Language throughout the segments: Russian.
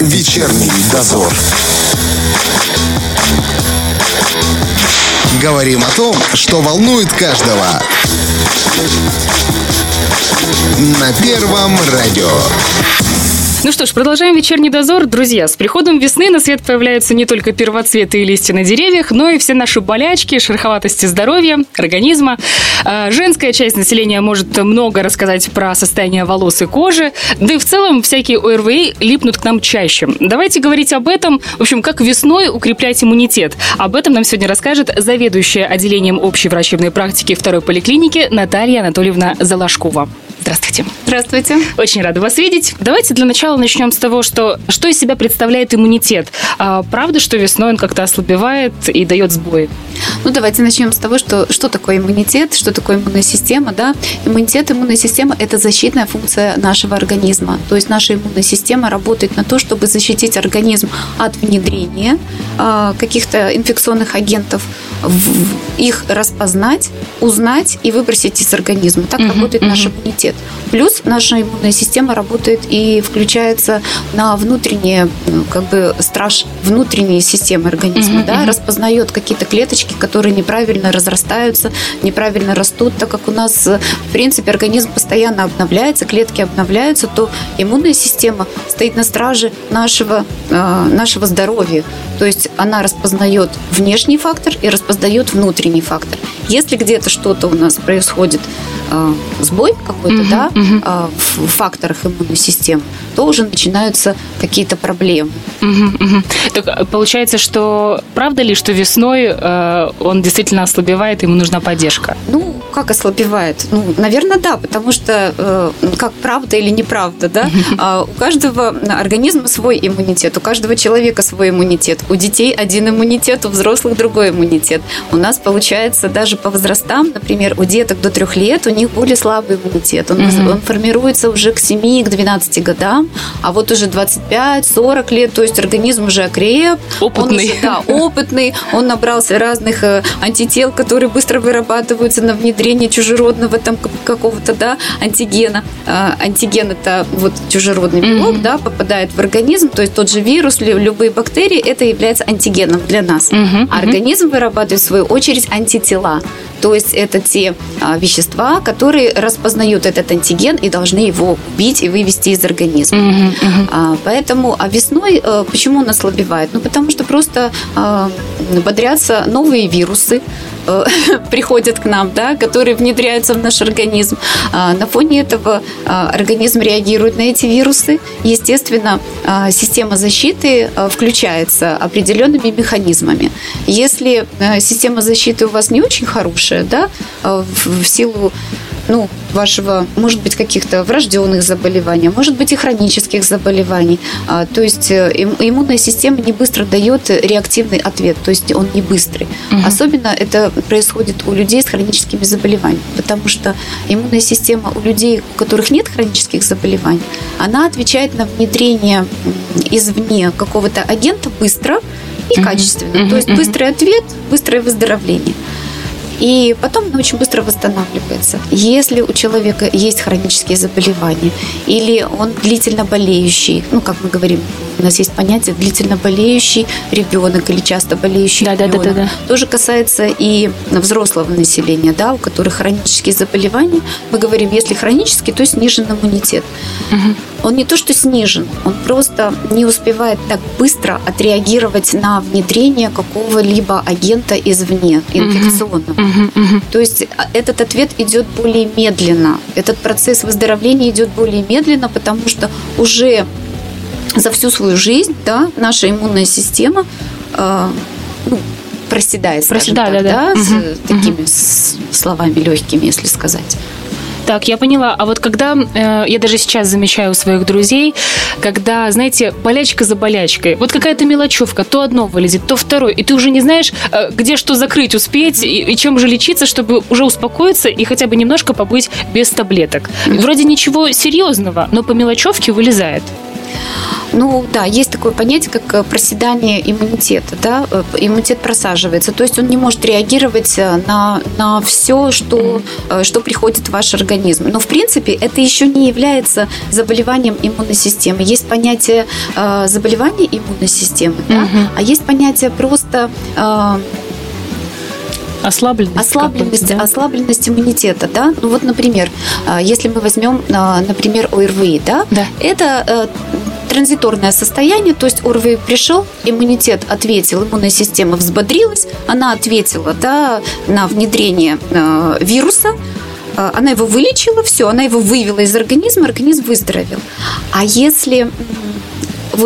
Вечерний дозор. Говорим о том, что волнует каждого. На Первом радио. Ну что ж, продолжаем вечерний дозор. Друзья, с приходом весны на свет появляются не только первоцветы и листья на деревьях, но и все наши болячки, шероховатости здоровья, организма. Женская часть населения может много рассказать про состояние волос и кожи, да и в целом всякие ОРВИ липнут к нам чаще. Давайте говорить об этом, в общем, как весной укреплять иммунитет. Об этом нам сегодня расскажет заведующая отделением общей врачебной практики второй поликлиники Наталья Анатольевна Залашкова. Здравствуйте. Здравствуйте. Очень рада вас видеть. Давайте для начала начнем с того, что из себя представляет иммунитет. Правда, что весной он как-то ослабевает и дает сбои? Ну, давайте начнем с того, что такое иммунитет, что такое иммунная система. Да? Иммунитет, иммунная система – это защитная функция нашего организма. То есть наша иммунная система работает на то, чтобы защитить организм от внедрения каких-то инфекционных агентов, их распознать, узнать и выбросить из организма. Так работает наш иммунитет. Плюс наша иммунная система работает и включается на внутренние, страж внутренней системы организма, да, распознает какие-то клеточки, которые неправильно разрастаются, неправильно растут, так как у нас, в принципе, организм постоянно обновляется, клетки обновляются, то иммунная система стоит на страже нашего здоровья. То есть она распознает внешний фактор и распознает внутренний фактор. Если где-то что-то у нас происходит, сбой какой-то, в факторах иммунной системы, то уже начинаются какие-то проблемы. Так получается, что правда ли, что весной он действительно ослабевает, ему нужна поддержка? Ну, как ослабевает? Ну, наверное, да, потому что как правда или неправда, да? У каждого организма свой иммунитет, у каждого человека свой иммунитет. У детей один иммунитет, у взрослых другой иммунитет. У нас получается даже по возрастам, например, у деток до 3 лет у них более слабый иммунитет. Он формируется уже к 7-12 годам, а вот уже 25-40 лет, то есть организм уже окреп. Опытный. Опытный. Он набрался разных антител, которые быстро вырабатываются на внедрение чужеродного там какого-то, антигена. Антиген – это вот чужеродный белок, попадает в организм, то есть тот же вирус, любые бактерии, это является антигеном для нас. А организм вырабатывает, в свою очередь, антитела. То есть это те вещества, которые распознают этот антиген и должны его убить и вывести из организма. Поэтому весной почему он ослабевает? Ну, потому что просто бодрятся новые вирусы, приходят к нам, которые внедряются в наш организм. На фоне этого организм реагирует на эти вирусы. Естественно, система защиты включается определенными механизмами. Если система защиты у вас не очень хорошая, в силу вашего, может быть, каких-то врожденных заболеваний, может быть, и хронических заболеваний. То есть иммунная система не быстро дает реактивный ответ, то есть он не быстрый. Особенно это происходит у людей с хроническими заболеваниями, потому что иммунная система у людей, у которых нет хронических заболеваний, она отвечает на внедрение извне какого-то агента быстро и качественно. То есть быстрый ответ, быстрое выздоровление. И потом она очень быстро восстанавливается. Если у человека есть хронические заболевания, или он длительно болеющий, как мы говорим, у нас есть понятие длительно болеющий ребенок или часто болеющий ребенок. Тоже касается и взрослого населения, у которых хронические заболевания. Мы говорим, если хронический, то снижен иммунитет. Он не то, что снижен, он просто не успевает так быстро отреагировать на внедрение какого-либо агента извне, инфекционного. То есть этот ответ идет более медленно. Этот процесс выздоровления идет более медленно, потому что уже за всю свою жизнь наша иммунная система проседает, скажем так, с такими словами легкими, если сказать. Так, я поняла. А вот когда, я даже сейчас замечаю у своих друзей, когда, знаете, болячка за болячкой, вот какая-то мелочевка, то одно вылезет, то второе, и ты уже не знаешь, где что закрыть, успеть, и чем же лечиться, чтобы уже успокоиться и хотя бы немножко побыть без таблеток. Вроде ничего серьезного, но по мелочевке вылезает. Ну, да, есть такое понятие, как проседание иммунитета, да, иммунитет просаживается, то есть он не может реагировать на все, что приходит в ваш организм. Но, в принципе, это еще не является заболеванием иммунной системы. Есть понятие заболевания иммунной системы, да, а есть понятие просто... Ослабленность иммунитета, да. Ну вот, например, если мы возьмем, например, ОРВИ, да, это транзиторное состояние, то есть ОРВИ пришел, иммунитет ответил, иммунная система взбодрилась, она ответила, да, на внедрение вируса, она его вылечила, все, она его вывела из организма, организм выздоровел. А если вот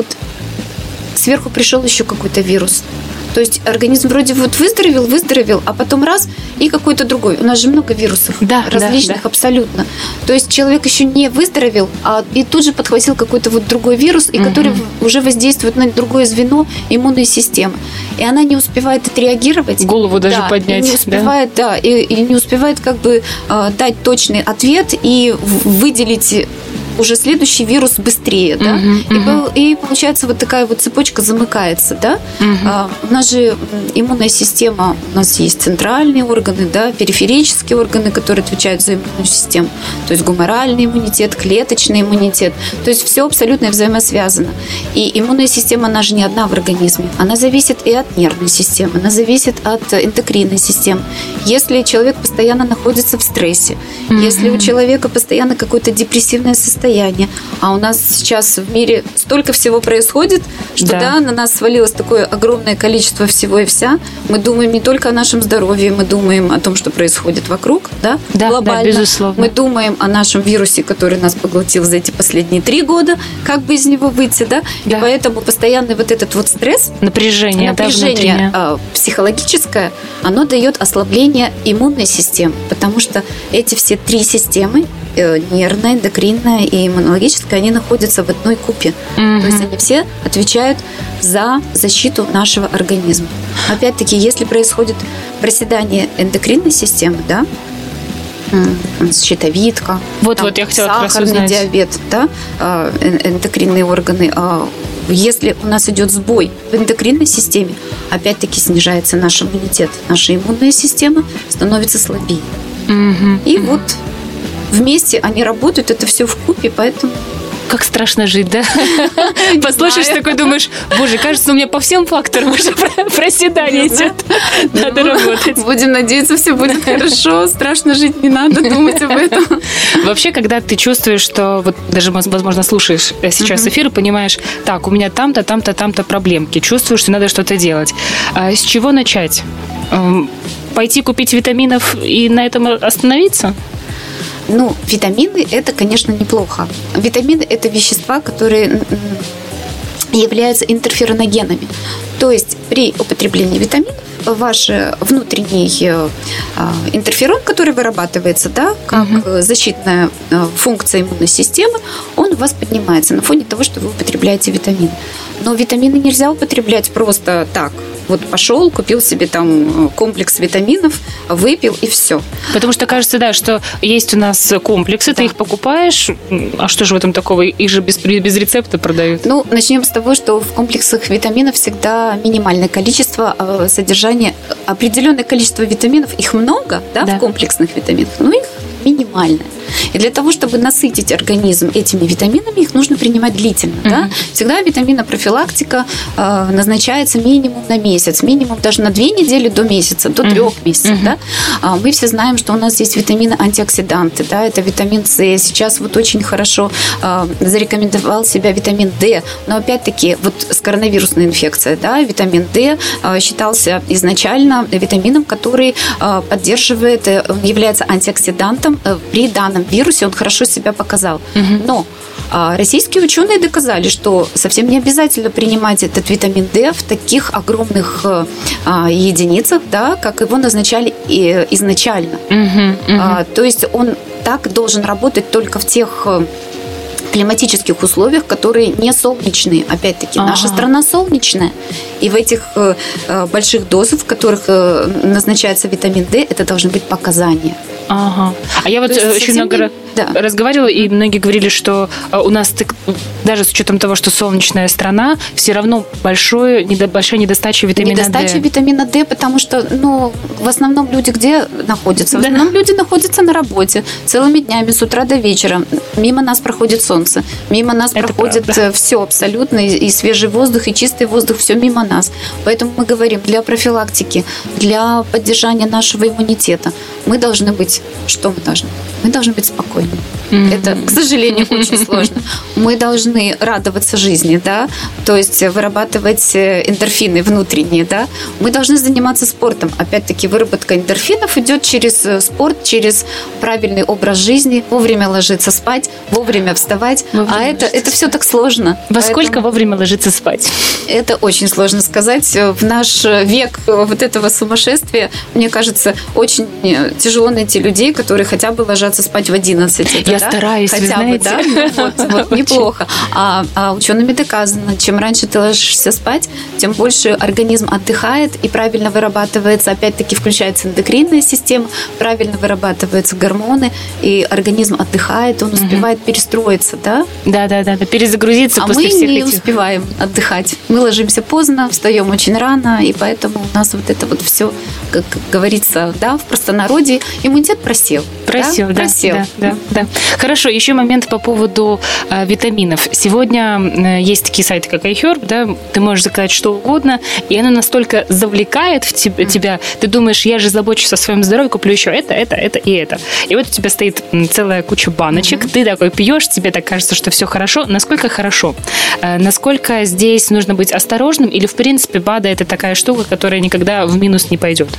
сверху пришел еще какой-то вирус, то есть организм вроде вот выздоровел, а потом раз, и какой-то другой. У нас же много вирусов различных абсолютно. То есть человек еще не выздоровел, и тут же подхватил какой-то вот другой вирус, и который уже воздействует на другое звено иммунной системы. И она не успевает отреагировать. Голову даже поднять. И не успевает, и не успевает как бы дать точный ответ и выделить уже следующий вирус быстрее, да? И получается вот такая вот цепочка замыкается, да? У нас же иммунная система, у нас есть центральные органы, да, периферические органы, которые отвечают за иммунную систему, то есть гуморальный иммунитет, клеточный иммунитет, то есть все абсолютно взаимосвязано. И иммунная система, она же не одна в организме, она зависит и от нервной системы, она зависит от эндокринной системы. Если человек постоянно находится в стрессе, если у человека постоянно какое-то депрессивное состояние, а у нас сейчас в мире столько всего происходит, что на нас свалилось такое огромное количество всего и вся. Мы думаем не только о нашем здоровье, мы думаем о том, что происходит вокруг, да, глобально. Да, безусловно. Мы думаем о нашем вирусе, который нас поглотил за эти последние 3 года, как бы из него выйти, да, и поэтому постоянный вот этот вот стресс, напряжение психологическое, оно дает ослабление иммунной системы, потому что эти все 3 системы, нервная, эндокринная и иммунологическая, они находятся в одной купе. То есть они все отвечают за защиту нашего организма. Опять-таки, если происходит проседание эндокринной системы, да, щитовидка, я хотела сахарный диабет, да, эндокринные органы, если у нас идет сбой в эндокринной системе, опять-таки снижается наш иммунитет, наша иммунная система становится слабее. И вот вместе они работают, это все вкупе, поэтому... Как страшно жить, да? Послушаешь, такой думаешь, боже, кажется, у меня по всем факторам уже проседание идет. Надо работать. Будем надеяться, все будет хорошо. Страшно жить не надо, думать об этом. Вообще, когда ты чувствуешь, что вот даже, возможно, слушаешь сейчас эфир и понимаешь, так, у меня там-то, там-то, там-то проблемки, чувствуешь, что надо что-то делать. С чего начать? Пойти купить витаминов и на этом остановиться? Ну, витамины – это, конечно, неплохо. Витамины – это вещества, которые являются интерфероногенами. То есть при употреблении витаминов ваш внутренний интерферон, который вырабатывается, да, как защитная функция иммунной системы, он у вас поднимается на фоне того, что вы употребляете витамины. Но витамины нельзя употреблять просто так. Вот пошел, купил себе там комплекс витаминов, выпил и все. Потому что кажется, да, что есть у нас комплексы, ты их покупаешь, а что же в этом такого? Их же без рецепта продают. Ну, начнем с того, что в комплексах витаминов всегда минимальное количество содержания, определенное количество витаминов, их много, да, в комплексных витаминах, но их минимальное. И для того, чтобы насытить организм этими витаминами, их нужно принимать длительно. Да? Всегда витаминопрофилактика назначается минимум на месяц, минимум даже на 2 недели до месяца, до 3 месяцев. Да? Мы все знаем, что у нас есть витамины-антиоксиданты, да? Это витамин С. Сейчас вот очень хорошо зарекомендовал себя витамин D. Но опять-таки вот с коронавирусной инфекцией, да, витамин D считался изначально витамином, который поддерживает, он является антиоксидантом при данном вирусе, он хорошо себя показал. Но российские ученые доказали, что совсем не обязательно принимать этот витамин D в таких огромных единицах, да, как его назначали изначально. То есть он так должен работать только в тех климатических условиях, которые не солнечные. Опять-таки, наша страна солнечная. И в этих больших дозах, в которых назначается витамин D, это должны быть показания. А я вот очень много разговаривала, и многие говорили, что у нас, даже с учетом того, что солнечная страна, все равно большая недостача витамина D. Недостача витамина D, потому что, в основном люди где находятся? В основном люди находятся на работе целыми днями, с утра до вечера. Мимо нас проходит солнце, мимо нас проходит все абсолютно, и свежий воздух, и чистый воздух, все мимо нас. Поэтому мы говорим, для профилактики, для поддержания нашего иммунитета мы должны быть, что мы должны? Мы должны быть спокойны. Это, к сожалению, очень сложно. Мы должны радоваться жизни, да, то есть вырабатывать эндорфины внутренние, да. Мы должны заниматься спортом. Опять-таки, выработка эндорфинов идет через спорт, через правильный образ жизни, вовремя ложиться спать, вовремя вставать. Это все так сложно. Во сколько вовремя ложиться спать? Это очень сложно сказать. В наш век вот этого сумасшествия, мне кажется, очень тяжело найти людей, которые хотя бы ложатся спать в 11. Я стараюсь, хотя бы, да? Вот, неплохо. А учеными доказано, чем раньше ты ложишься спать, тем больше организм отдыхает и правильно вырабатывается, опять-таки включается эндокринная система, правильно вырабатываются гормоны, и организм отдыхает, он успевает перестроиться, да? Да, перезагрузиться после всех этих... А мы не успеваем отдыхать. Мы ложимся поздно, встаем очень рано, и поэтому у нас вот это вот все, как говорится, да, в простонародье, иммунитет просел. Просел. Да. Хорошо, еще момент по поводу витаминов. Сегодня есть такие сайты, как iHerb, да, ты можешь заказать что угодно, и оно настолько завлекает в тебя, ты думаешь, я же забочусь о своем здоровье, куплю еще это и это. И вот у тебя стоит целая куча баночек, ты такой пьешь, тебе так кажется, что все хорошо. Насколько хорошо? Насколько здесь нужно быть осторожным, или, в принципе, БАДы – это такая штука, которая никогда в минус не пойдет?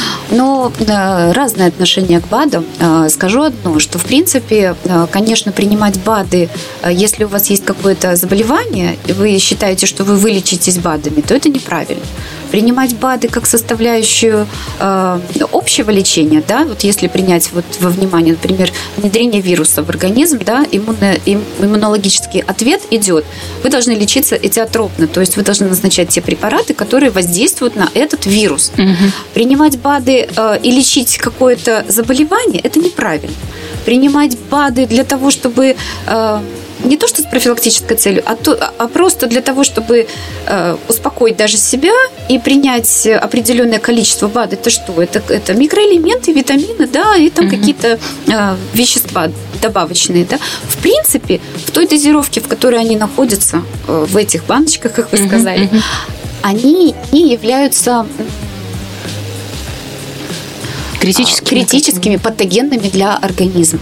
Разное отношение к БАДам. Скажу одно, что, в принципе, конечно, принимать БАДы, если у вас есть какое-то заболевание, и вы считаете, что вы вылечитесь БАДами, то это неправильно. Принимать БАДы как составляющую общего лечения, да, вот если принять вот во внимание, например, внедрение вируса в организм, да, иммунологический ответ идет, вы должны лечиться этиотропно, то есть вы должны назначать те препараты, которые воздействуют на этот вирус. Принимать БАДы и лечить какое-то заболевание – это неправильно. Принимать БАДы для того, чтобы не то что с профилактической целью, а просто для того, чтобы успокоить даже себя и принять определенное количество БАД. Это что? Это микроэлементы, витамины, да, и там какие-то вещества добавочные, да. В принципе, в той дозировке, в которой они находятся, в этих баночках, как вы сказали, они не являются критическими, патогенными для организма.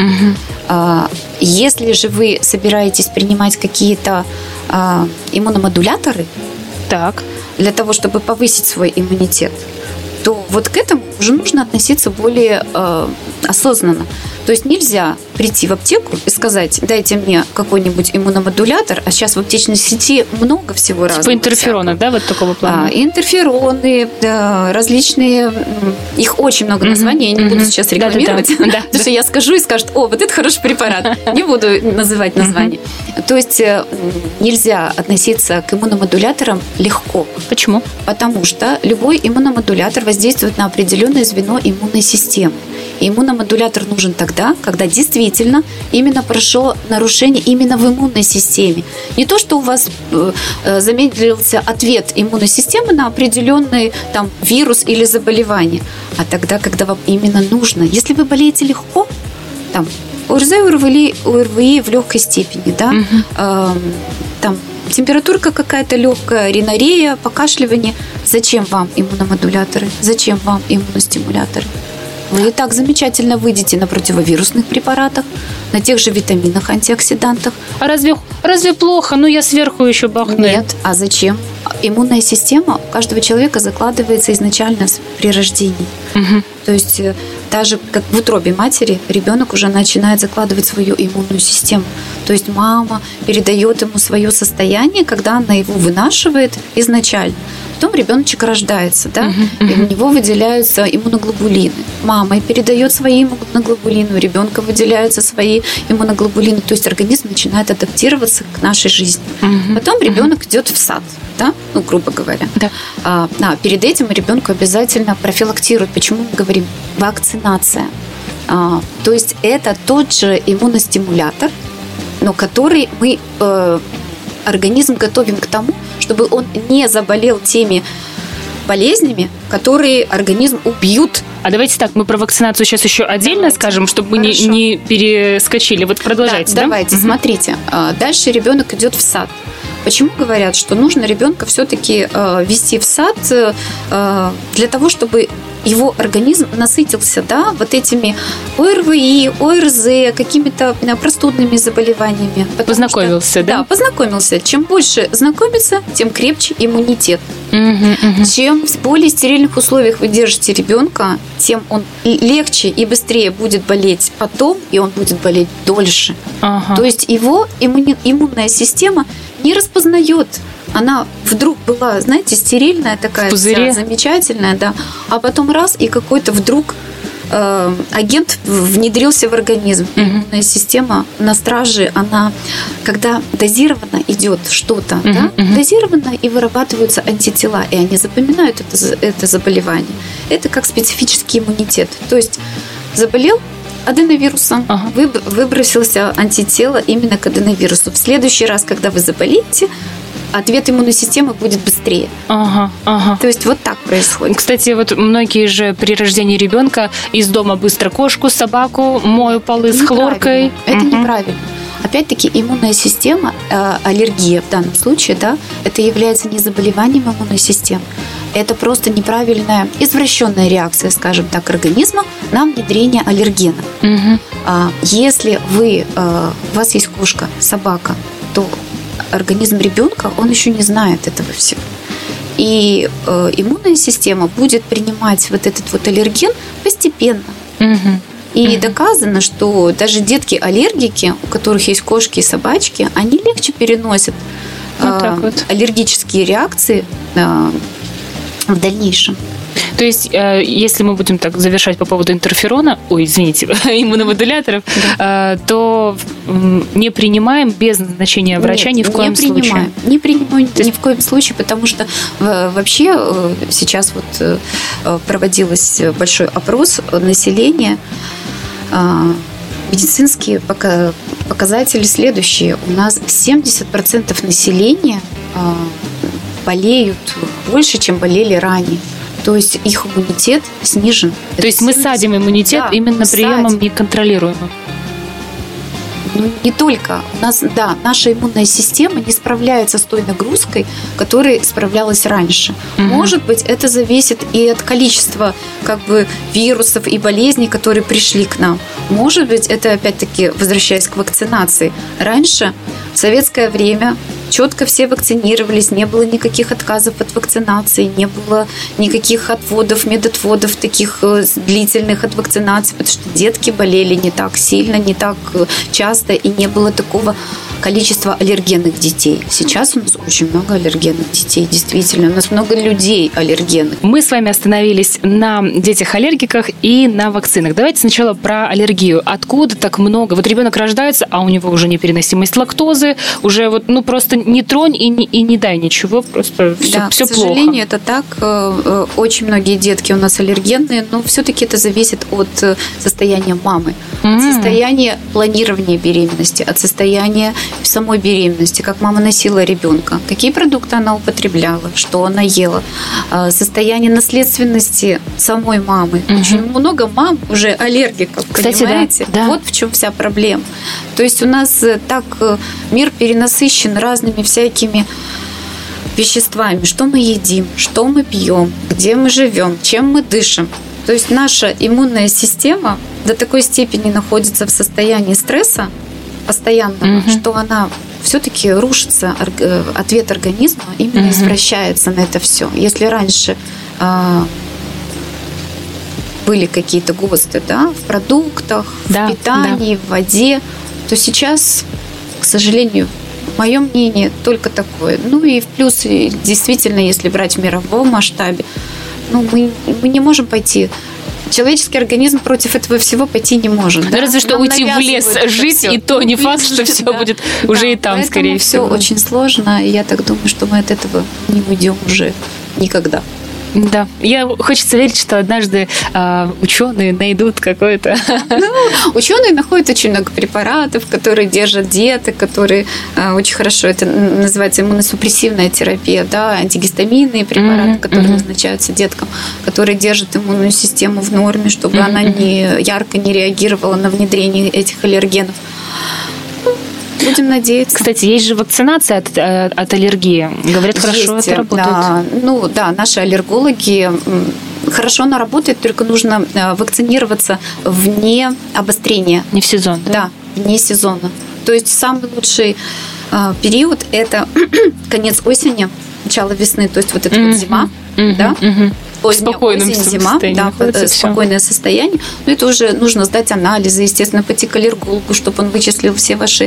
Если же вы собираетесь принимать какие-то иммуномодуляторы для того, чтобы повысить свой иммунитет, то вот к этому уже нужно относиться более осознанно. То есть нельзя прийти в аптеку и сказать, дайте мне какой-нибудь иммуномодулятор, а сейчас в аптечной сети много всего разного. Типа интерферона, да, вот такого плана? Интерфероны, различные, их очень много названий, я не буду сейчас рекламировать, потому что я скажу и скажут, вот это хороший препарат, не буду называть название. То есть нельзя относиться к иммуномодуляторам легко. Почему? Потому что любой иммуномодулятор воздействует на определенное звено иммунной системы. И иммуномодулятор нужен тогда, когда действительно именно прошло нарушение именно в иммунной системе. Не то, что у вас замедлился ответ иммунной системы на определенный там, вирус или заболевание, а тогда, когда вам именно нужно. Если вы болеете легко, там, ОРЗ, ОРВИ в легкой степени, да, там, температурка какая-то легкая, ринорея, покашливание. Зачем вам иммуномодуляторы? Зачем вам иммуностимуляторы? Вы и так замечательно выйдете на противовирусных препаратах, на тех же витаминах, антиоксидантах. А разве плохо? Я сверху еще бахну. Нет. А зачем? Иммунная система у каждого человека закладывается изначально при рождении. То есть даже как в утробе матери ребенок уже начинает закладывать свою иммунную систему. То есть мама передает ему свое состояние, когда она его вынашивает изначально. Потом ребеночек рождается, да, и у него выделяются иммуноглобулины. Мама передает свои иммуноглобулины, у ребенка выделяются свои иммуноглобулины. То есть организм начинает адаптироваться к нашей жизни. Потом ребенок идет в сад, да, грубо говоря. Да. Перед этим ребенку обязательно профилактируют. Почему мы говорим вакцинация? То есть это тот же иммуностимулятор, но который мы организм готовим к тому, чтобы он не заболел теми болезнями, которые организм убьют. А давайте так, мы про вакцинацию сейчас еще отдельно скажем, чтобы мы не перескочили. Вот продолжайте, да? Давайте, смотрите. Дальше ребенок идет в сад. Почему говорят, что нужно ребенка все-таки вести в сад для того, чтобы его организм насытился, да, вот этими ОРВИ, ОРЗ, какими-то простудными заболеваниями. Познакомился, да? Да, познакомился. Чем больше знакомится, тем крепче иммунитет. Чем в более стерильных условиях вы держите ребенка, тем он легче и быстрее будет болеть потом, и он будет болеть дольше. То есть его иммунная система не распознает. Она вдруг была, знаете, стерильная такая, вся замечательная, да, а потом раз, и какой-то вдруг агент внедрился в организм. Иммунная система на страже, она, когда дозированно идет что-то, да, дозированно и вырабатываются антитела, и они запоминают это заболевание. Это как специфический иммунитет. То есть заболел аденовирусом, выбросился антитело именно к аденовирусу. В следующий раз, когда вы заболеете, ответ иммунной системы будет быстрее. То есть вот так происходит. Кстати, вот многие же при рождении ребенка из дома быстро кошку, собаку, мою полы с хлоркой. Это неправильно. Опять-таки, иммунная система, аллергия в данном случае, да, это является не заболеванием иммунной системы. Это просто неправильная, извращенная реакция, скажем так, организма на внедрение аллергена. Если у вас есть кошка, собака, то организм ребенка, он еще не знает этого всего. И иммунная система будет принимать вот этот вот аллерген постепенно. И доказано, что даже детки-аллергики, у которых есть кошки и собачки, они легче переносят аллергические реакции в дальнейшем. То есть, если мы будем так завершать по поводу интерферона, иммуномодуляторов, то не принимаем без назначения врача ни в коем случае. Не принимаем ни в коем случае, потому что вообще сейчас вот проводилось большой опрос населения. Медицинские показатели следующие. У нас 70% населения болеют больше, чем болели ранее. То есть их иммунитет снижен. То есть мы садим иммунитет именно приемом неконтролируемым. Ну, не только. У нас, наша иммунная система не справляется с той нагрузкой, которой справлялась раньше. Может быть, это зависит и от количества вирусов и болезней, которые пришли к нам. Может быть, это, опять-таки, возвращаясь к вакцинации. Раньше, в советское время, четко все вакцинировались, не было никаких отказов от вакцинации, не было никаких отводов, медотводов таких длительных от вакцинации, потому что детки болели не так сильно, не так часто, и не было такого количества аллергенных детей. Сейчас у нас очень много аллергенных детей, действительно. У нас много людей аллергенных. Мы с вами остановились на детях-аллергиках и на вакцинах. Давайте сначала про аллергию. Откуда так много? Вот ребенок рождается, а у него уже непереносимость лактозы, уже просто не тронь и не дай ничего, просто все плохо. К сожалению, это так. Очень многие детки у нас аллергенные, но все-таки это зависит от состояния мамы, от состояния планирования беременности, от состояния самой беременности, как мама носила ребенка, какие продукты она употребляла, что она ела, состояние наследственности самой мамы. Очень много мам уже аллергиков, кстати, понимаете? Да. Вот в чем вся проблема. То есть у нас так мир перенасыщен разными всякими веществами, что мы едим, что мы пьем, где мы живем, чем мы дышим. То есть наша иммунная система до такой степени находится в состоянии стресса постоянного, что она все-таки рушится, ответ организма именно извращается на это все. Если раньше были какие-то ГОСТы, в продуктах, в питании, в воде, то сейчас, к сожалению, мое мнение только такое. Ну и в плюс, действительно, если брать в мировом масштабе, мы не можем пойти. Человеческий организм против этого всего пойти не может. Разве что уйти в лес жить, и то не факт, что все будет уже и там, скорее всего. Все очень сложно, и я так думаю, что мы от этого не уйдем уже никогда. Да. Хочется верить, что однажды ученые найдут какое-то... Ученые находят очень много препаратов, которые держат деток, которые очень хорошо, это называется иммуносупрессивная терапия, да, антигистаминные препараты, которые назначаются деткам, которые держат иммунную систему в норме, чтобы она ярко не реагировала на внедрение этих аллергенов. Будем надеяться. Кстати, есть же вакцинация от аллергии. Говорят, хорошо это работает. Да, наши аллергологи... Хорошо она работает, только нужно вакцинироваться вне обострения. Не в сезон, да? Да, вне сезона. То есть самый лучший период – это конец осени, начало весны, то есть вот это вот зима, да? Спокойным зима, да, спокойное состояние. Но это уже нужно сдать анализы, естественно, пойти к аллергологу, чтобы он вычислил все ваши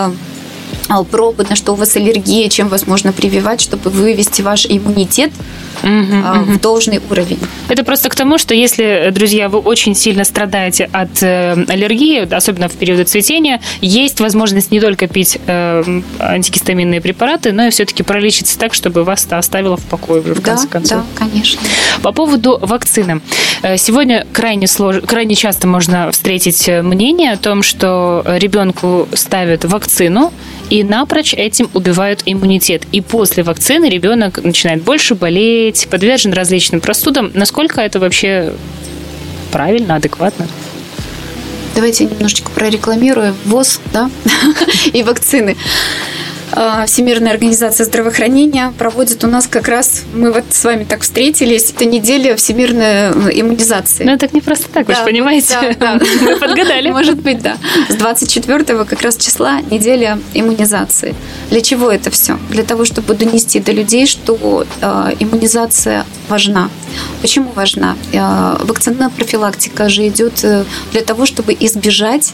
пробы, на что у вас аллергия, чем вас можно прививать, чтобы вывести ваш иммунитет в должный уровень. Это просто к тому, что если, друзья, вы очень сильно страдаете от аллергии, особенно в периоды цветения, есть возможность не только пить антигистаминные препараты, но и все-таки пролечиться так, чтобы вас оставило в покое уже в конце концов. Да, конечно. По поводу вакцины. Сегодня крайне часто можно встретить мнение о том, что ребенку ставят вакцину и напрочь этим убивают иммунитет. И после вакцины ребенок начинает больше болеть, подвержен различным простудам. Насколько это вообще правильно, адекватно? Давайте немножечко прорекламирую ВОЗ, да, и вакцины. Всемирная организация здравоохранения проводит у нас как раз, мы вот с вами так встретились, это неделя всемирной иммунизации. Ну, так не просто так, вы же понимаете. Да. Вы подгадали. Может быть, да. С 24 как раз числа неделя иммунизации. Для чего это все? Для того, чтобы донести до людей, что иммунизация важна. Почему важна? Вакцинная профилактика же идет для того, чтобы избежать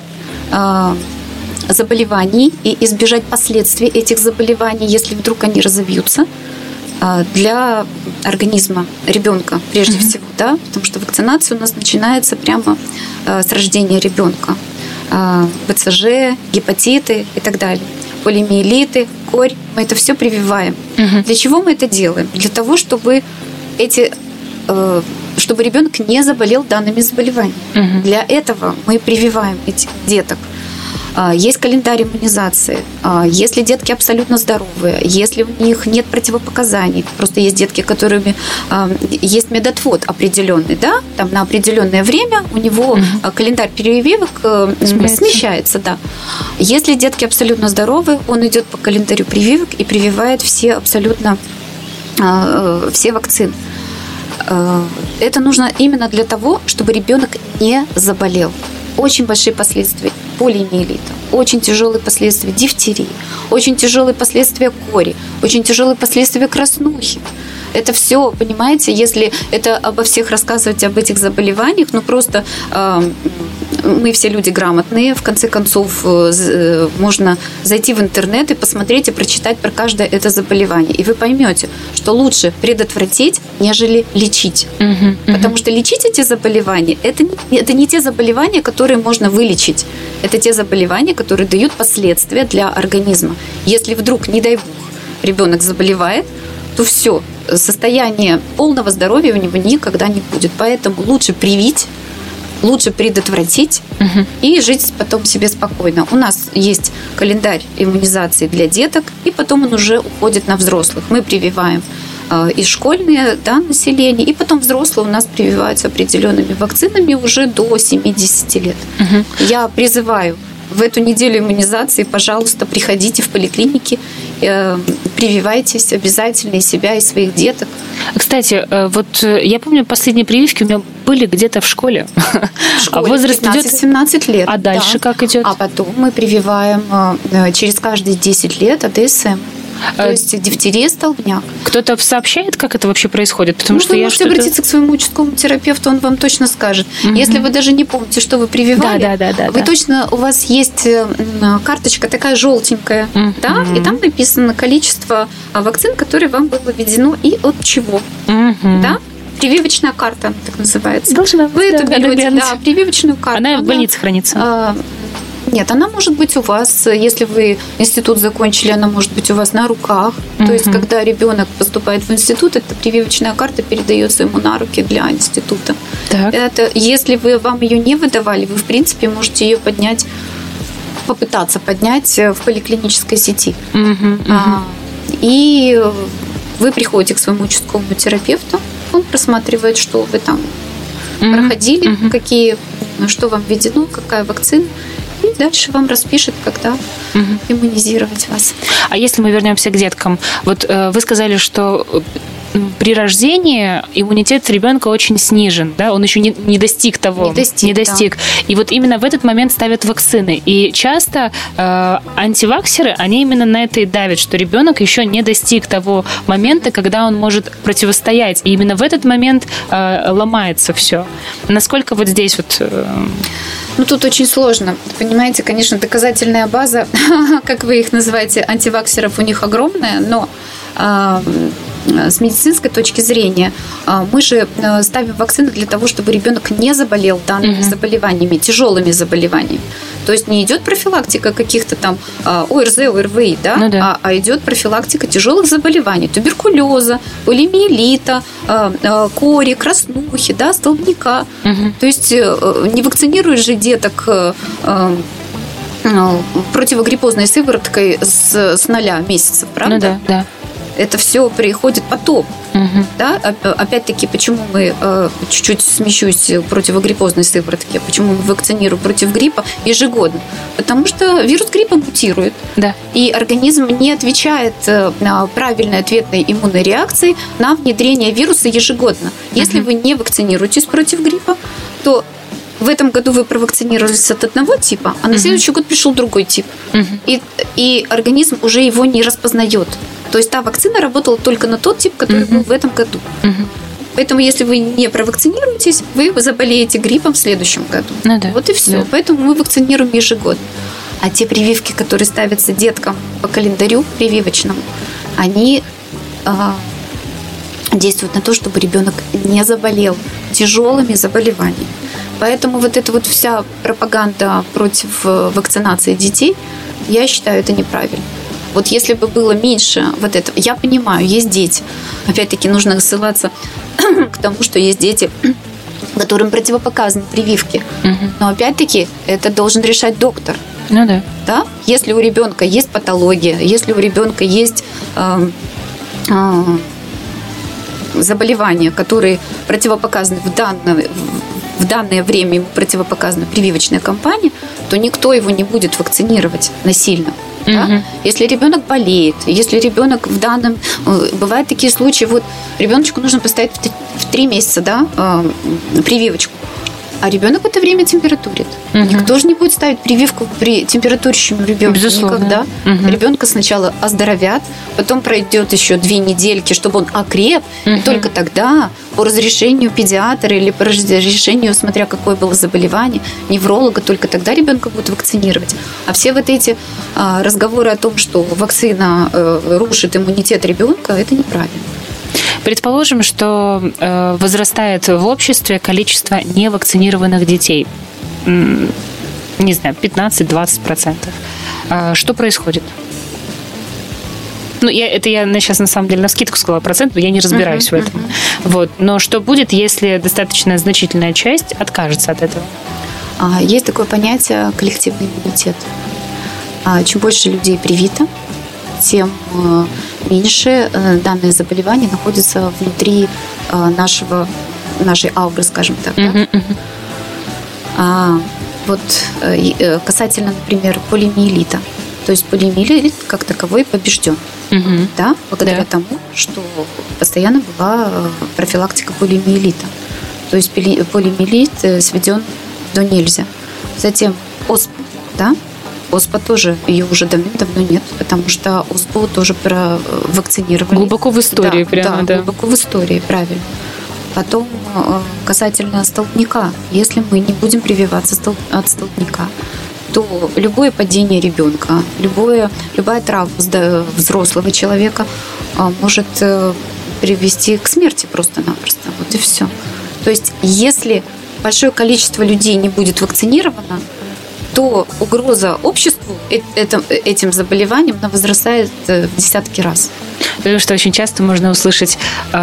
заболеваний и избежать последствий этих заболеваний, если вдруг они разовьются, для организма ребенка прежде всего, да, потому что вакцинация у нас начинается прямо с рождения ребенка. БЦЖ, гепатиты и так далее, полиомиелиты, корь, мы это все прививаем. Для чего мы это делаем? Для того, чтобы ребенок не заболел данными заболеваниями. Для этого мы прививаем этих деток. Есть календарь иммунизации. Если детки абсолютно здоровые, если у них нет противопоказаний, просто есть детки, которыми есть медотвод определенный, да, там на определенное время у него календарь прививок смещается, да. Если детки абсолютно здоровы, он идет по календарю прививок и прививает все абсолютно все вакцины. Это нужно именно для того, чтобы ребенок не заболел. Очень большие последствия полиомиелита, очень тяжелые последствия дифтерии, очень тяжелые последствия кори, очень тяжелые последствия краснухи. Это все, понимаете, если это обо всех рассказывать, об этих заболеваниях, ну просто мы все люди грамотные, в конце концов можно зайти в интернет и посмотреть и прочитать про каждое это заболевание. И вы поймете, что лучше предотвратить, нежели лечить. Потому что лечить эти заболевания, это не те заболевания, которые можно вылечить. Это те заболевания, которые дают последствия для организма. Если вдруг, не дай бог, ребенок заболевает, то все, состояние полного здоровья у него никогда не будет. Поэтому лучше привить, лучше предотвратить и жить потом себе спокойно. У нас есть календарь иммунизации для деток, и потом он уже уходит на взрослых. Мы прививаем и школьное, да, население, и потом взрослые у нас прививаются определенными вакцинами уже до 70 лет. Я призываю в эту неделю иммунизации, пожалуйста, приходите в поликлиники, прививайтесь обязательно и себя, и своих деток. Кстати, вот я помню, последние прививки у меня были где-то в школе. А возраст 15-17 лет. А дальше как идет? А потом мы прививаем через каждые 10 лет АДСМ. То есть дифтерия, столбняк. Кто-то сообщает, как это вообще происходит? Потому что вы можете обратиться к своему участковому терапевту, он вам точно скажет. Если вы даже не помните, что вы прививали, вы точно, у вас есть карточка такая желтенькая, да, и там написано количество вакцин, которые вам было введено и от чего. Да? Прививочная карта, она так называется. Должна быть. Вы это берете, прививочную карту. Она в больнице хранится. Нет, она может быть у вас, если вы институт закончили, она может быть у вас на руках. То есть, когда ребенок поступает в институт, эта прививочная карта передается ему на руки для института. Так. Это, если вам ее не выдавали, вы, в принципе, можете ее поднять, попытаться поднять в поликлинической сети. И вы приходите к своему участковому терапевту, он просматривает, что вы там проходили, что вам введено, какая вакцина, и дальше вам распишет, когда иммунизировать вас. А если мы вернемся к деткам, вот вы сказали, что при рождении иммунитет ребенка очень снижен, да, он еще не достиг того. Не достиг. Да. И вот именно в этот момент ставят вакцины. И часто антиваксеры, они именно на это и давят, что ребенок еще не достиг того момента, когда он может противостоять. И именно в этот момент ломается все. Насколько вот здесь вот... Ну, тут очень сложно. Понимаете, конечно, доказательная база, как вы их называете, антиваксеров у них огромная, но с медицинской точки зрения мы же ставим вакцины для того, чтобы ребенок не заболел данными заболеваниями, тяжелыми заболеваниями. То есть не идет профилактика каких-то там ОРЗ, ОРВИ, да? А идет профилактика тяжелых заболеваний, туберкулеза, полиомиелита, кори, краснухи, да, столбняка. То есть не вакцинируешь же деток противогриппозной сывороткой с 0 месяцев, правда? Ну да. Это все приходит потом. Да? Опять-таки, почему мы чуть-чуть смещусь противогриппозной сыворотки, почему мы вакцинируем против гриппа ежегодно? Потому что вирус гриппа мутирует. Да. И организм не отвечает на правильной ответной иммунной реакции на внедрение вируса ежегодно. Если вы не вакцинируетесь против гриппа, то в этом году вы провакцинировались от одного типа, а на следующий год пришел другой тип. И организм уже его не распознает. То есть та вакцина работала только на тот тип, который был в этом году. Поэтому, если вы не провакцинируетесь, вы заболеете гриппом в следующем году. Ну, да. Вот и все. Да. Поэтому мы вакцинируем ежегодно. А те прививки, которые ставятся деткам по календарю прививочному, они действуют на то, чтобы ребенок не заболел тяжелыми заболеваниями. Поэтому вот эта вот вся пропаганда против вакцинации детей, я считаю, это неправильно. Вот если бы было меньше вот этого, я понимаю, есть дети. Опять-таки нужно ссылаться к тому, что есть дети, которым противопоказаны прививки. Но опять-таки это должен решать доктор. Ну да. Да? Если у ребенка есть патология, если у ребенка есть заболевания, которые противопоказаны в данное время, ему противопоказана прививочная кампания, то никто его не будет вакцинировать насильно. Да? Если ребенок болеет, если ребенок в данном... Бывают такие случаи, вот ребеночку нужно поставить в 3 месяца, да, прививочку, а ребенок в это время температурит. Никто же не будет ставить прививку при температурящем ребенке. Никогда. Ребенка сначала оздоровят, потом пройдет еще 2 недельки, чтобы он окреп, и только тогда по разрешению педиатра или по разрешению, смотря какое было заболевание, невролога, только тогда ребенка будут вакцинировать. А все вот эти разговоры о том, что вакцина рушит иммунитет ребенка, это неправильно. Предположим, что возрастает в обществе количество невакцинированных детей. Не знаю, 15-20%. Что происходит? Ну, я сейчас на самом деле навскидку сказала процент, но я не разбираюсь в этом. Вот. Но что будет, если достаточно значительная часть откажется от этого? Есть такое понятие коллективный иммунитет. Чем больше людей привито, тем меньше данное заболевание находится внутри нашей ауры, скажем так. Да? Вот касательно, например, полиомиелита. То есть полиомиелит как таковой побежден. Да? Благодаря тому, что постоянно была профилактика полиомиелита. То есть полиомиелит сведен до нельзя. Затем оспа, да? ОСПА тоже, ее уже давным-давно нет, потому что ОСПУ тоже провакцинировали. Глубоко в истории, да, глубоко в истории, правильно. Потом касательно столбняка. Если мы не будем прививаться от столбняка, то любое падение ребенка, любая травма взрослого человека может привести к смерти просто-напросто. Вот и все. То есть, если большое количество людей не будет вакцинировано, то угроза обществу этим заболеванием она возрастает в десятки раз. Потому что очень часто можно услышать...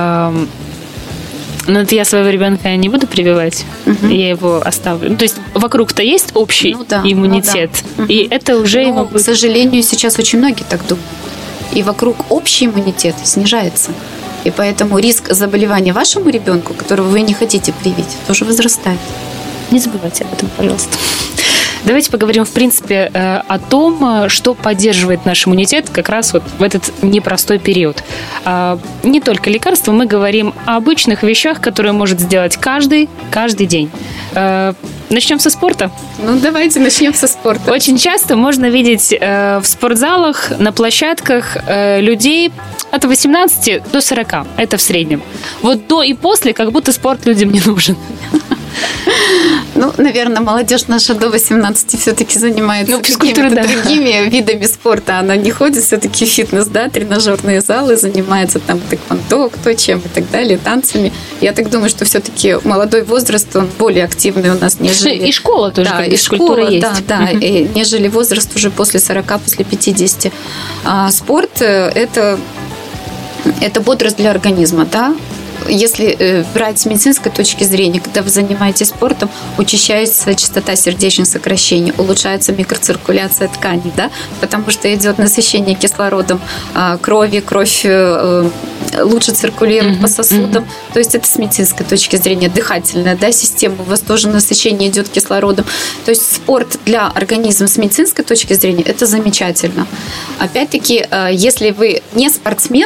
Но это я своего ребенка не буду прививать, я его оставлю. То есть вокруг-то есть общий иммунитет, и это уже ему будет... К сожалению, сейчас очень многие так думают. И вокруг общий иммунитет снижается. И поэтому риск заболевания вашему ребенку, которого вы не хотите привить, тоже возрастает. Не забывайте об этом, пожалуйста. Давайте поговорим, в принципе, о том, что поддерживает наш иммунитет как раз вот в этот непростой период. Не только лекарства, мы говорим о обычных вещах, которые может сделать каждый день. Начнем со спорта? Ну, давайте начнем со спорта. Очень часто можно видеть в спортзалах, на площадках людей от 18 до 40. Это в среднем. Вот до и после как будто спорт людям не нужен. Ну, наверное, молодежь наша до 18 все-таки занимается какими-то другими видами спорта. Она не ходит все-таки в фитнес, тренажерные залы, занимается там тэквондо, кто чем и так далее, танцами. Я так думаю, что все-таки молодой возраст, он более активный у нас, нежели... И школа тоже, да, и школа есть. И нежели возраст уже после 40, после 50. Спорт – это бодрость для организма, да. Если брать с медицинской точки зрения, когда вы занимаетесь спортом, учащается частота сердечных сокращений, улучшается микроциркуляция тканей, да, потому что идет насыщение кислородом крови, кровь лучше циркулирует по сосудам. То есть это с медицинской точки зрения дыхательная, да, система, у вас тоже насыщение идет кислородом. То есть спорт для организма с медицинской точки зрения это замечательно. Опять-таки, если вы не спортсмен,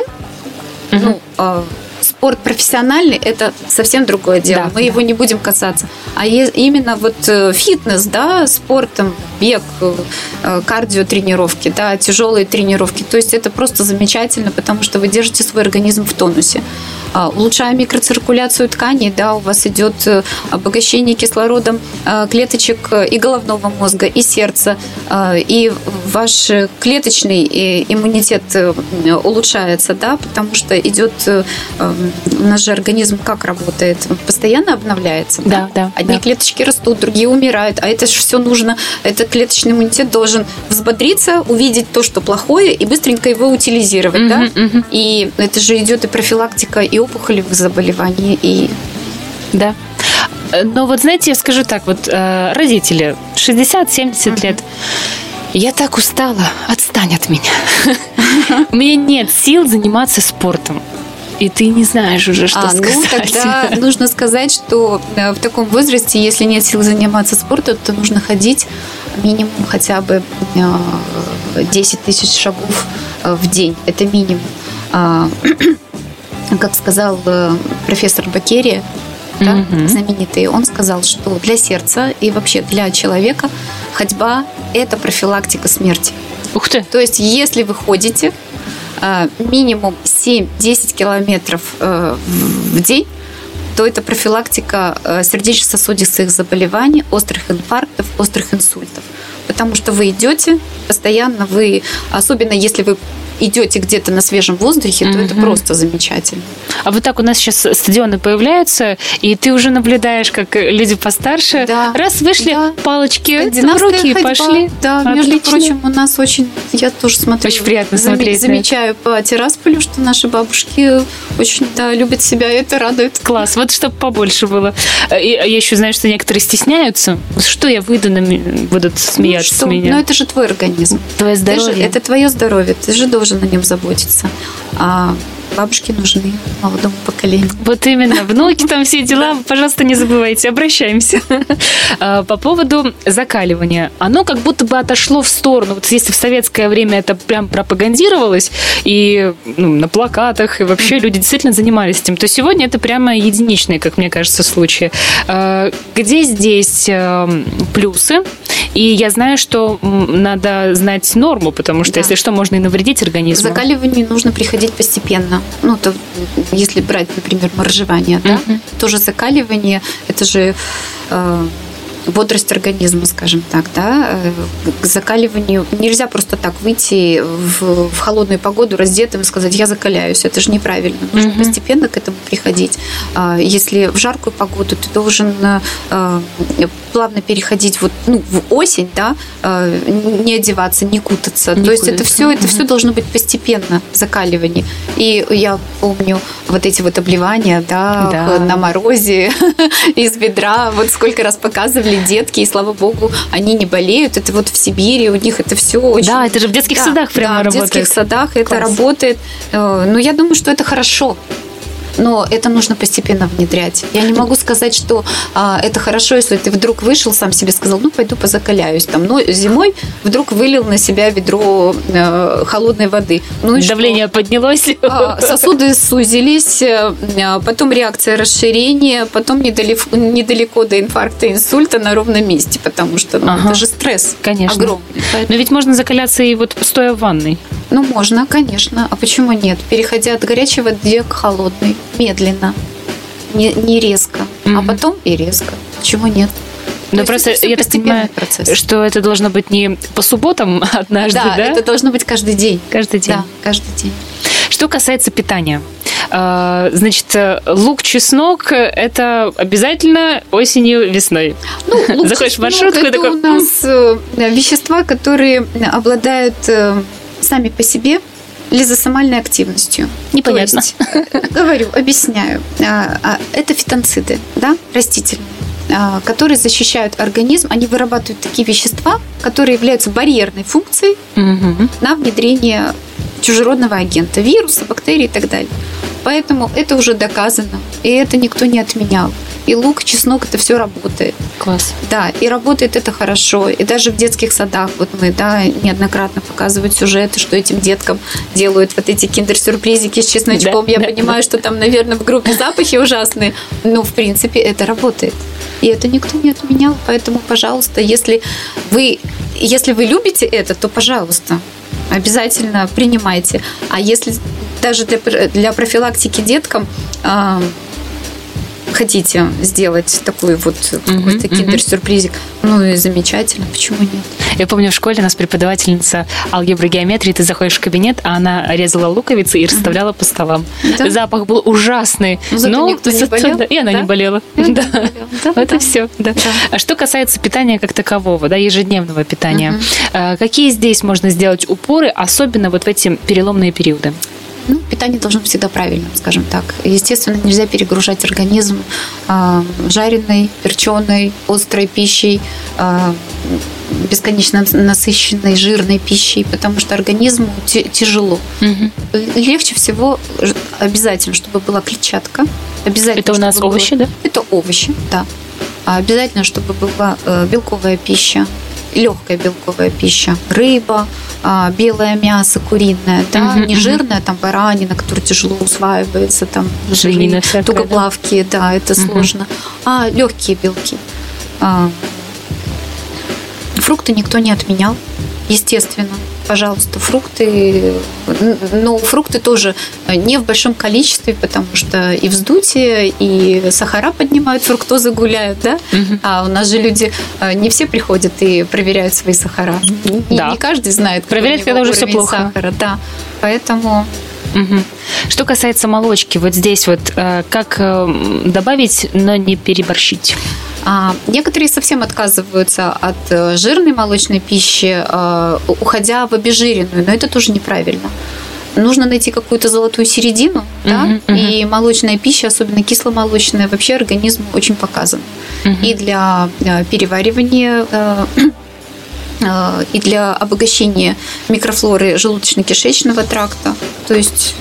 спорт профессиональный – это совсем другое дело. Мы его не будем касаться. А именно вот фитнес, да, спорт, там, бег, кардиотренировки, да, тяжелые тренировки. То есть это просто замечательно, потому что вы держите свой организм в тонусе. Улучшая микроциркуляцию тканей, да, у вас идет обогащение кислородом клеточек и головного мозга, и сердца, и ваш клеточный иммунитет улучшается, да, потому что идет наш же организм как работает? Постоянно обновляется. Да? Одни клеточки растут, другие умирают, а это же все нужно. Этот клеточный иммунитет должен взбодриться, увидеть то, что плохое, и быстренько его утилизировать, да? И это же идет и профилактика, и опухолевых заболеваний, и... Да. Но вот, знаете, я скажу так, вот родители 60-70 лет, я так устала, отстань от меня. У меня нет сил заниматься спортом. И ты не знаешь уже, что сказать. Ну, тогда нужно сказать, что в таком возрасте, если нет сил заниматься спортом, то нужно ходить минимум хотя бы 10 тысяч шагов в день. Это минимум. Как сказал профессор Бакерия, да, знаменитый, он сказал, что для сердца и вообще для человека ходьба – это профилактика смерти. Ух ты! То есть, если вы ходите минимум 7-10 километров в день, то это профилактика сердечно-сосудистых заболеваний, острых инфарктов, острых инсультов. Потому что вы идете постоянно, особенно если вы идете где-то на свежем воздухе, то это просто замечательно. А вот так у нас сейчас стадионы появляются, и ты уже наблюдаешь, как люди постарше раз вышли, палочки в руки и пошли. Да, отлично. Между прочим, у нас я тоже смотрю. Очень приятно смотреть. Замечаю по Тирасполю, что наши бабушки очень любят себя, и это радует. Класс, вот чтобы побольше было. И я еще знаю, что некоторые стесняются. Что я выйду, будут смеяться с меня. Но это же твой организм. Твое здоровье. Это твое здоровье, ты же должен о нем заботиться. А бабушки нужны молодому поколению. Вот именно. Внуки, там все дела, пожалуйста, не забывайте. Обращаемся. По поводу закаливания. Оно как будто бы отошло в сторону. Вот если в советское время это прям пропагандировалось, и на плакатах, и вообще люди действительно занимались этим, то сегодня это прямо единичные, как мне кажется, случаи. Где здесь плюсы? И я знаю, что надо знать норму, потому что, если что, можно и навредить организму. К закаливанию нужно приходить постепенно. Если брать, например, моржевание, тоже закаливание, это же бодрость организма, скажем так, да, к закаливанию. Нельзя просто так выйти в холодную погоду раздетым и сказать, я закаляюсь. Это же неправильно. Нужно постепенно к этому приходить. Если в жаркую погоду, ты должен плавно переходить в осень, да, не одеваться, не кутаться. То есть это все должно быть постепенно, закаливание. И я помню вот эти вот обливания, да. На морозе из ведра, вот сколько раз показывали детки, и слава богу, они не болеют. Это вот в Сибири у них это все очень... Да, это же в детских садах прямо работает. В детских садах это работает. Но я думаю, что это хорошо. Но это нужно постепенно внедрять. Я не могу сказать, что это хорошо, если ты вдруг вышел, сам себе сказал, пойду позакаляюсь. Но зимой вдруг вылил на себя ведро холодной воды. Давление поднялось. Сосуды сузились, потом реакция расширения, потом недалеко до инфаркта, инсульта на ровном месте, потому что это же стресс. Конечно. Огромный. Но ведь можно закаляться и вот стоя в ванной. Можно, конечно. А почему нет? Переходя от горячей воды к холодной. Медленно. Не резко. А потом и резко. Почему нет? Но просто я так понимаю, что это должно быть не по субботам однажды, да? Да, это должно быть каждый день. Каждый день. Да, каждый день. Что касается питания. Значит, лук, чеснок – это обязательно осенью, весной. Лук, заходишь в маршрутку и такой... у нас вещества, которые обладают сами по себе лизосомальной активностью. Непонятно. То есть, объясняю. Это фитонциды, да, растительные, которые защищают организм. Они вырабатывают такие вещества, которые являются барьерной функцией на внедрение чужеродного агента, вируса, бактерий и так далее. Поэтому это уже доказано, и это никто не отменял. И лук, чеснок, это все работает. Класс. Да, и работает это хорошо. И даже в детских садах мы неоднократно показывают сюжеты, что этим деткам делают вот эти киндер-сюрпризики с чесночком. Я понимаю, что там, наверное, в группе запахи ужасные, но, в принципе, это работает. И это никто не отменял. Поэтому, пожалуйста, если вы любите это, то, пожалуйста, обязательно принимайте. А если даже для профилактики деткам хотите сделать такой вот какой-то киндер-сюрпризик, и замечательно, почему нет? Я помню, в школе у нас преподавательница алгебры, геометрии, ты заходишь в кабинет, а она резала луковицы и расставляла по столам. Да? Запах был ужасный. Но никто не болел. И она не болела. Это все. А что касается питания как такового, ежедневного питания, какие здесь можно сделать упоры, особенно вот в эти переломные периоды? Питание должно быть всегда правильным, скажем так. Естественно, нельзя перегружать организм жареной, перченой, острой пищей, бесконечно насыщенной, жирной пищей, потому что организму тяжело. Легче всего обязательно, чтобы была клетчатка. Это у нас овощи, да? Это овощи, да. Обязательно, чтобы была белковая пища, легкая белковая пища, рыба, белое мясо, куриное, да, не жирное, там баранина, которая тяжело усваивается, там жиры, тугоплавкие, да, это сложно, а легкие белки. Фрукты никто не отменял, естественно. Пожалуйста, фрукты. Но фрукты тоже не в большом количестве, потому что и вздутие, и сахара поднимают, фруктозы гуляют, да? А у нас же люди не все приходят и проверяют свои сахара. Не каждый знает, проверять, когда уже все плохо. Сахара, да. Поэтому. Что касается молочки, вот здесь вот как добавить, но не переборщить? Некоторые совсем отказываются от жирной молочной пищи, уходя в обезжиренную, но это тоже неправильно. Нужно найти какую-то золотую середину, да? И молочная пища, особенно кисломолочная, вообще организму очень показана. И для переваривания, и для обогащения микрофлоры желудочно-кишечного тракта. То есть...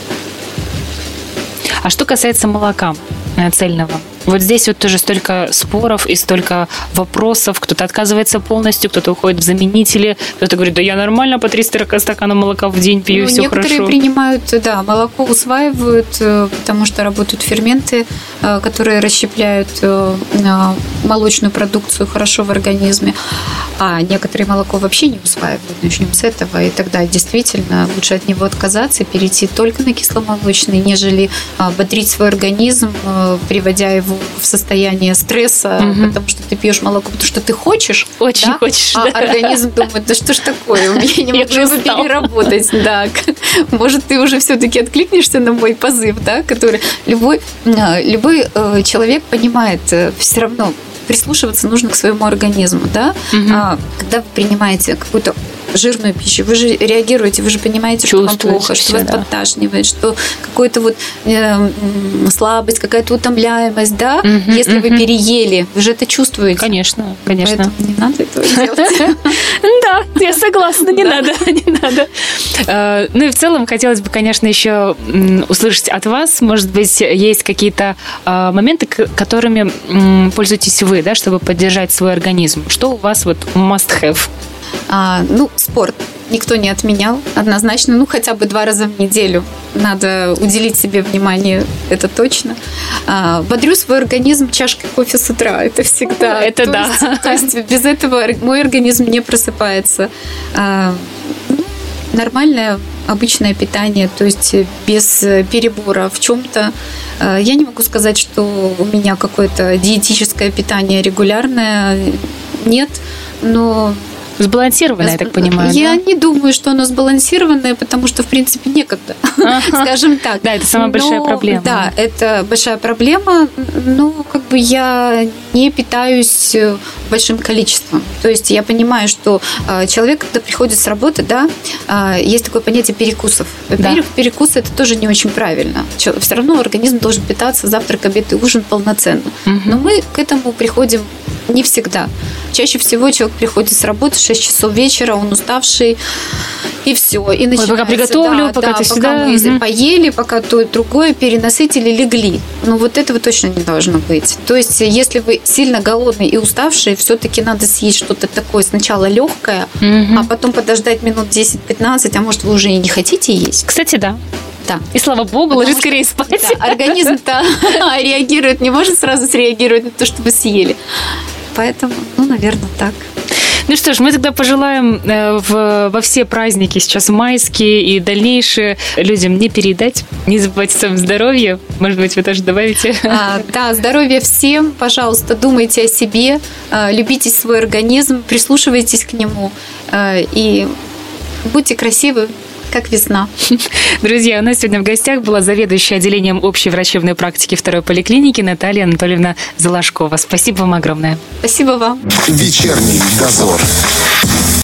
А что касается молока цельного? Вот здесь вот тоже столько споров и столько вопросов. Кто-то отказывается полностью, кто-то уходит в заменители, кто-то говорит, да я нормально по 3 стакана молока в день пью, все хорошо. Некоторые принимают, да, молоко усваивают, потому что работают ферменты, которые расщепляют молочную продукцию хорошо в организме. А некоторые молоко вообще не усваивают. Начнем с этого. И тогда действительно лучше от него отказаться и перейти только на кисломолочный, нежели бодрить свой организм, приводя его в состояние стресса, потому что ты пьешь молоко, потому что ты хочешь. Очень хочешь, а организм думает, да что ж такое, я не могу его переработать. Да. Может, ты уже все-таки откликнешься на мой позыв, да, который любой человек понимает все равно. Прислушиваться нужно к своему организму, да? Когда вы принимаете какую-то жирную пищу, вы же реагируете, вы же понимаете, что вам плохо, что вас подташнивает, что какая-то вот слабость, какая-то утомляемость, да? Если вы переели, вы же это чувствуете. Конечно. Поэтому не надо этого делать. Да, я согласна, не надо. Ну и в целом хотелось бы, конечно, еще услышать от вас, может быть, есть какие-то моменты, которыми пользуетесь вы, да, чтобы поддержать свой организм. Что у вас вот must have? Спорт никто не отменял, однозначно. Хотя бы 2 раза в неделю надо уделить себе внимание, это точно. Бодрю свой организм чашкой кофе с утра, это всегда. Это да. То есть без этого мой организм не просыпается. Нормальное обычное питание, то есть без перебора в чем-то. Я не могу сказать, что у меня какое-то диетическое питание регулярное. Нет, но... Сбалансированное, я так понимаю. Я не думаю, что оно сбалансированное, потому что, в принципе, некогда. Скажем так. Да, это самая большая проблема. Да, это большая проблема, но я не питаюсь большим количеством. То есть я понимаю, что человек, когда приходит с работы, да, есть такое понятие перекусов. Во-первых, перекусы – это тоже не очень правильно. Все равно организм должен питаться завтрак, обед и ужин полноценно. Но мы к этому приходим не всегда. Чаще всего человек приходит с работы в 6 часов вечера, он уставший, и все. И начинается, пока приготовлю, пока мы поели, пока то и другое, перенасытили, легли. Но вот этого точно не должно быть. То есть, если вы сильно голодный и уставший, все-таки надо съесть что-то такое сначала легкое, а потом подождать минут 10-15, а может, вы уже и не хотите есть. Кстати, да. Да. И слава богу, ложись скорее спать. Да, организм-то реагирует, не может сразу среагировать на то, что вы съели. Поэтому, наверное, так. Ну что ж, мы тогда пожелаем во все праздники, сейчас майские и дальнейшие, людям не переедать, не забывайте о своем здоровье. Может быть, вы тоже добавите? Да, здоровья всем. Пожалуйста, думайте о себе, любите свой организм, прислушивайтесь к нему и будьте красивы, как весна. Друзья, у нас сегодня в гостях была заведующая отделением общей врачебной практики 2-й поликлиники Наталья Анатольевна Залашкова. Спасибо вам огромное. Спасибо вам. Вечерний дозор.